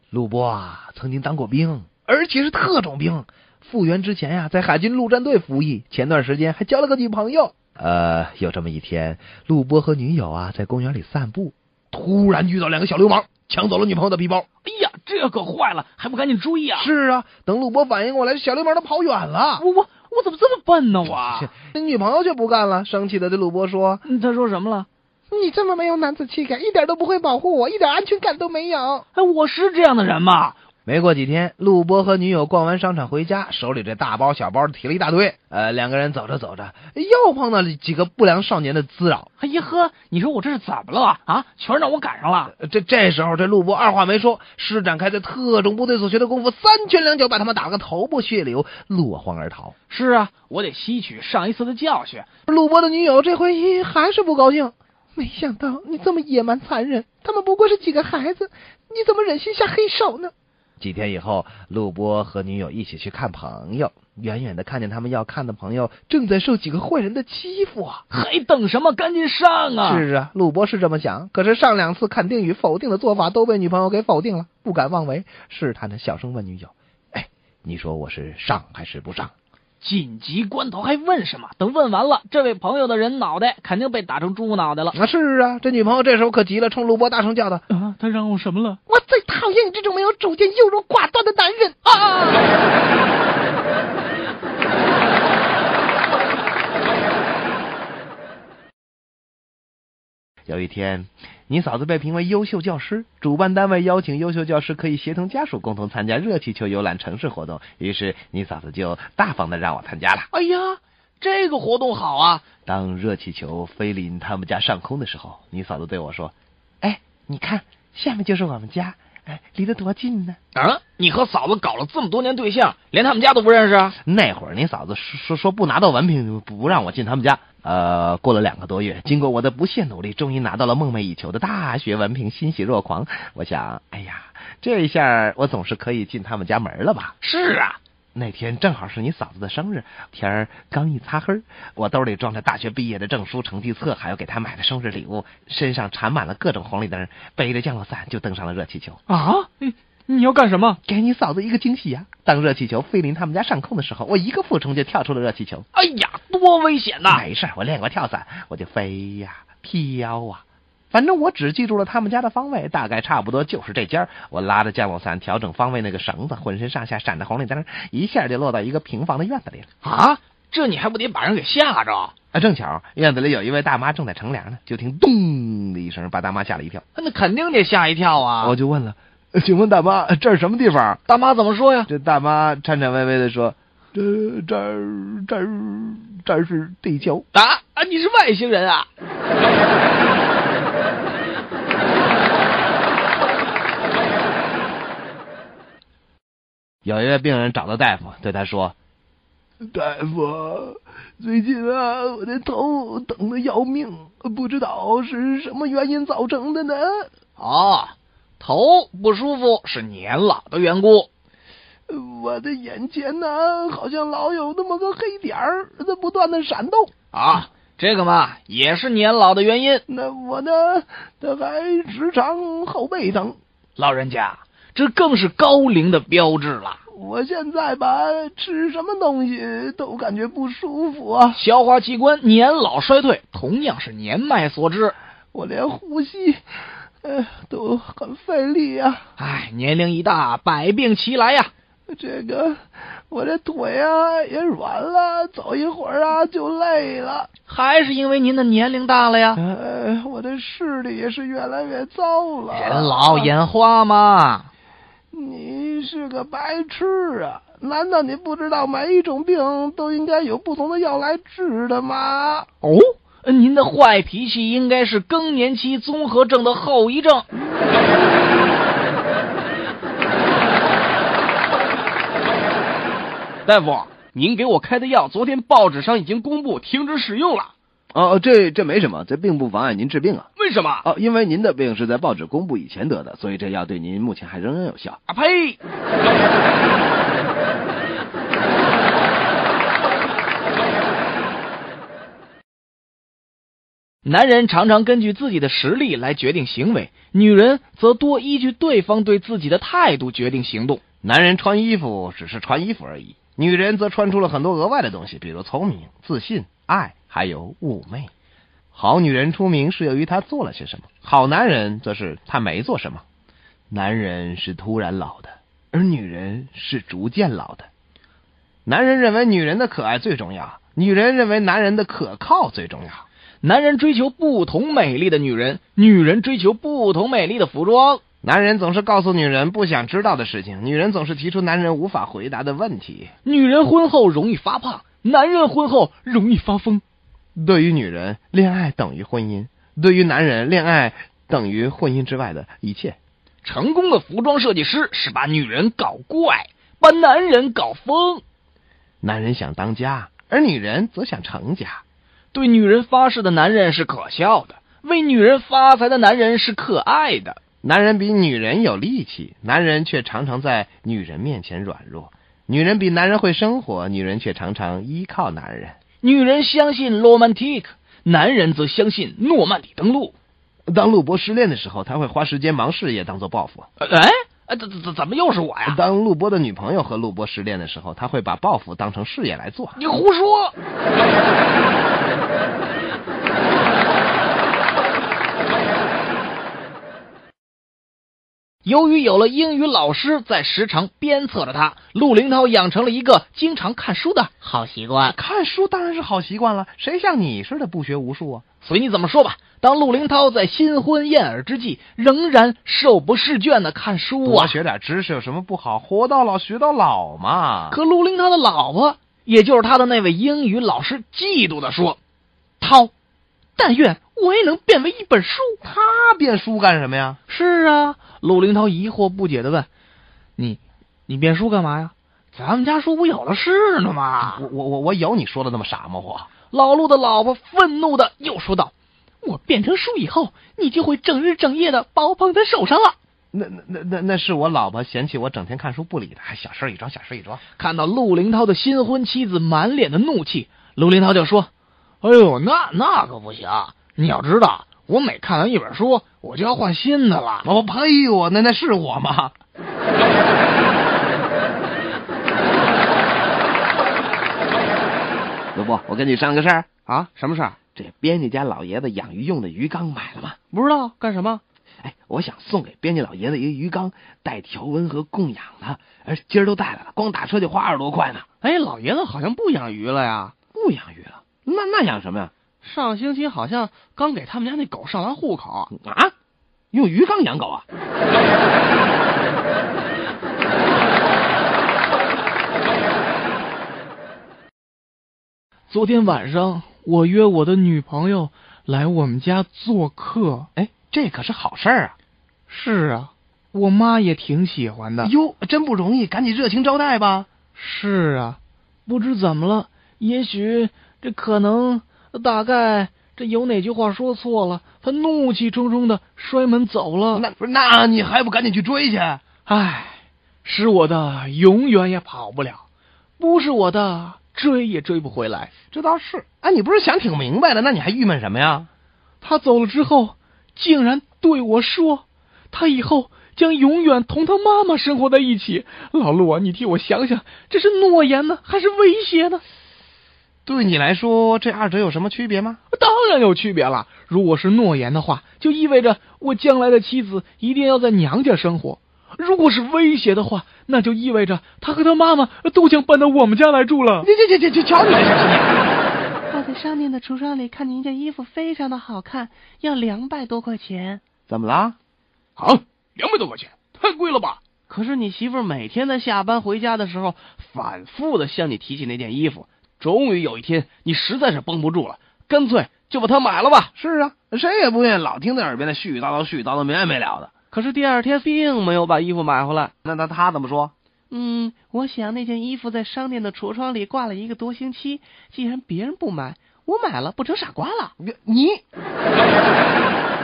陆波啊，曾经当过兵，而且是特种兵。复员之前呀，在海军陆战队服役。前段时间还交了个女朋友。有这么一天，陆波和女友啊在公园里散步，突然遇到两个小流氓，抢走了女朋友的皮包。 哎呀，这可坏了，还不赶紧注意啊！ 是啊，等陆波反应过来，小流氓都跑远了。 我怎么这么笨呢？我女朋友却不干了，生气的对陆波说：“ 他说什么了？ 你这么没有男子气概，一点都不会保护我，一点安全感都没有。” 哎，我是这样的人吗？ 没过几天，陆波和女友逛完商场回家，手里这大包小包提了一大堆。两个人走着走着，又碰到了几个不良少年的滋扰。 哎呀呵，你说我这是怎么了啊？全让我赶上了。 这时候，这陆波二话没说，施展开在特种部队所学的功夫，三拳两脚把他们打个头破血流，落荒而逃。 是啊，我得吸取上一次的教训。 陆波的女友这回还是不高兴。没想到你这么野蛮残忍，他们不过是几个孩子，你怎么忍心下黑手呢？几天以后，陆波和女友一起去看朋友，远远的看见他们要看的朋友正在受几个坏人的欺负啊！ 还等什么？赶紧上啊！ 是啊，陆波是这么想，可是上两次肯定与否定的做法都被女朋友给否定了，不敢妄为，试探着小声问女友：“哎，你说我是上还是不上？” 紧急关头还问什么？等问完了，这位朋友的人脑袋肯定被打成猪脑袋了。 是啊，这女朋友这时候可急了，冲陆波大声叫道：“ 他让我什么了？ 我最讨厌你这种没有主见、优柔寡断的男人啊！”有一天，你嫂子被评为优秀教师，主办单位邀请优秀教师可以协同家属共同参加热气球游览城市活动，于是你嫂子就大方的让我参加了。 哎呀，这个活动好啊！ 当热气球飞临他们家上空的时候，你嫂子对我说：“哎，你看，下面就是我们家，离得多近呢！” 你和嫂子搞了这么多年对象，连他们家都不认识啊？ 那会儿你嫂子说不拿到文凭不让我进他们家。过了2个多月，经过我的不懈努力，终于拿到了梦寐以求的大学文凭，欣喜若狂。我想，哎呀，这一下我总是可以进他们家门了吧？ 是啊， 那天正好是你嫂子的生日，天儿刚一擦黑，我兜里装着大学毕业的证书、成绩册，还有给她买的生日礼物，身上缠满了各种红绿灯，背着降落伞就登上了热气球。 啊？你要干什么？ 给你嫂子一个惊喜啊！当热气球飞临他们家上空的时候，我一个俯冲就跳出了热气球。 哎呀，多危险呐！ 没事，我练过跳伞，我就飞呀飘啊，反正我只记住了他们家的方位，大概差不多就是这家。我拉着降落伞调整方位那个绳子，浑身上下闪着红绿灯，一下就落到一个平房的院子里了。 啊，这你还不得把人给吓着？ 正巧院子里有一位大妈正在乘凉呢，就听咚的一声，把大妈吓了一跳。 那肯定得吓一跳啊！ 我就问了，请问大妈，这是什么地方？ 大妈怎么说呀？ 这大妈颤颤巍巍的说：“这是地球啊！你是外星人啊！” 有一位病人找到大夫，对他说：“大夫，最近啊，我的头疼得要命，不知道是什么原因造成的呢？” 头不舒服是年老的缘故。 我的眼前呢，好像老有那么个黑点儿在不断的闪动。 这个嘛，也是年老的原因。 那我呢，他还时常后背疼。 老人家，这更是高龄的标志了。 我现在吧，吃什么东西都感觉不舒服啊。 消化器官年老衰退，同样是年迈所致。 我连呼吸都很费力呀。 年龄一大，百病齐来呀。 我这腿啊也软了，走一会儿啊就累了。 还是因为您的年龄大了呀。 我的视力也是越来越糟了。 人老眼花嘛。 你是个白痴啊！难道你不知道每一种病都应该有不同的药来治的吗？ 您的坏脾气应该是更年期综合症的后遗症。大夫，您给我开的药，昨天报纸上已经公布停止使用了。 这没什么，这并不妨碍您治病啊。 为什么？ 因为您的病是在报纸公布以前得的，所以这药对您目前还仍然有效。 呸！ 男人常常根据自己的实力来决定行为，女人则多依据对方对自己的态度决定行动。 男人穿衣服只是穿衣服而已，女人则穿出了很多额外的东西，比如聪明、自信、爱，还有妩媚。好女人出名是由于她做了些什么，好男人则是他没做什么。男人是突然老的，而女人是逐渐老的。男人认为女人的可爱最重要，女人认为男人的可靠最重要。 男人追求不同美丽的女人，女人追求不同美丽的服装。 男人总是告诉女人不想知道的事情，女人总是提出男人无法回答的问题。 女人婚后容易发胖，男人婚后容易发疯。 对于女人，恋爱等于婚姻；对于男人，恋爱等于婚姻之外的一切。 成功的服装设计师是把女人搞怪，把男人搞疯。 男人想当家，而女人则想成家。 对女人发誓的男人是可笑的，为女人发财的男人是可爱的。 男人比女人有力气，男人却常常在女人面前软弱。女人比男人会生活，女人却常常依靠男人。 女人相信罗曼蒂克，男人则相信诺曼底登陆。 当陆波失恋的时候，他会花时间忙事业当做报复。 怎么又是我呀？ 当陆波的女朋友和陆波失恋的时候，他会把报复当成事业来做。 你胡说！由于有了英语老师在时常鞭策着他，陆林涛养成了一个经常看书的好习惯。 看书当然是好习惯了，谁像你似的不学无术啊？ 随你怎么说吧，当陆林涛在新婚燕尔之际，仍然手不释卷的看书啊。 多学点知识有什么不好？活到老学到老嘛。 可陆林涛的老婆，也就是他的那位英语老师，嫉妒的说：“涛，但愿我也能变为一本书。” 他变书干什么呀？ 是啊，陆林涛疑惑不解的问：“你变书干嘛呀？咱们家书不有的是呢吗？” 我有你说的那么傻吗？我。 老陆的老婆愤怒的又说道：“我变成书以后，你就会整日整夜的把我捧在手上了。” 那是我老婆嫌弃我整天看书不理他，小事一桩，小事一桩。 看到陆林涛的新婚妻子满脸的怒气，陆林涛就说：“哎呦，那可不行！你要知道，我每看完一本书，我就要换新的了。” 我呸呦，那是我吗？主播，我跟你商个事儿啊，什么事儿？ 这编辑家老爷子养鱼用的鱼缸买了吗？ 不知道干什么？ 我想送给编辑老爷子一个鱼缸，带条纹和供养的，而今儿都带来了，光打车就花20多块呢。 老爷子好像不养鱼了呀？ 不养鱼了？那养什么呀？ 上星期好像刚给他们家那狗上完户口啊？用鱼缸养狗啊？ 昨天晚上我约我的女朋友来我们家做客。 这可是好事儿啊。 是啊，我妈也挺喜欢的。 哟，真不容易，赶紧热情招待吧。 是啊，不知怎么了，也许这可能大概这有哪句话说错了，他怒气冲冲的摔门走了。 那你还不赶紧去追去？ 唉，是我的永远也跑不了，不是我的追也追不回来。 这倒是。你不是想挺明白的，那你还郁闷什么呀？ 他走了之后竟然对我说，他以后将永远同他妈妈生活在一起。老陆啊，你替我想想，这是诺言呢，还是威胁呢？ 对你来说，这二者有什么区别吗？ 当然有区别了。如果是诺言的话，就意味着我将来的妻子一定要在娘家生活；如果是威胁的话，那就意味着他和他妈妈都将搬到我们家来住了。 这瞧你这！ 我在商店的橱窗里看见一件衣服非常的好看，要200多块钱。 怎么了？ 好，200多块钱，太贵了吧？ 可是你媳妇每天在下班回家的时候，反复的向你提起那件衣服。终于有一天，你实在是绷不住了，干脆就把它买了吧。 是啊，谁也不愿意老听在耳边的絮絮叨叨没完没了的。 可是第二天并没有把衣服买回来。 那他怎么说？ 我想那件衣服在商店的橱窗里挂了1个多星期，既然别人不买，我买了不成傻瓜了。 你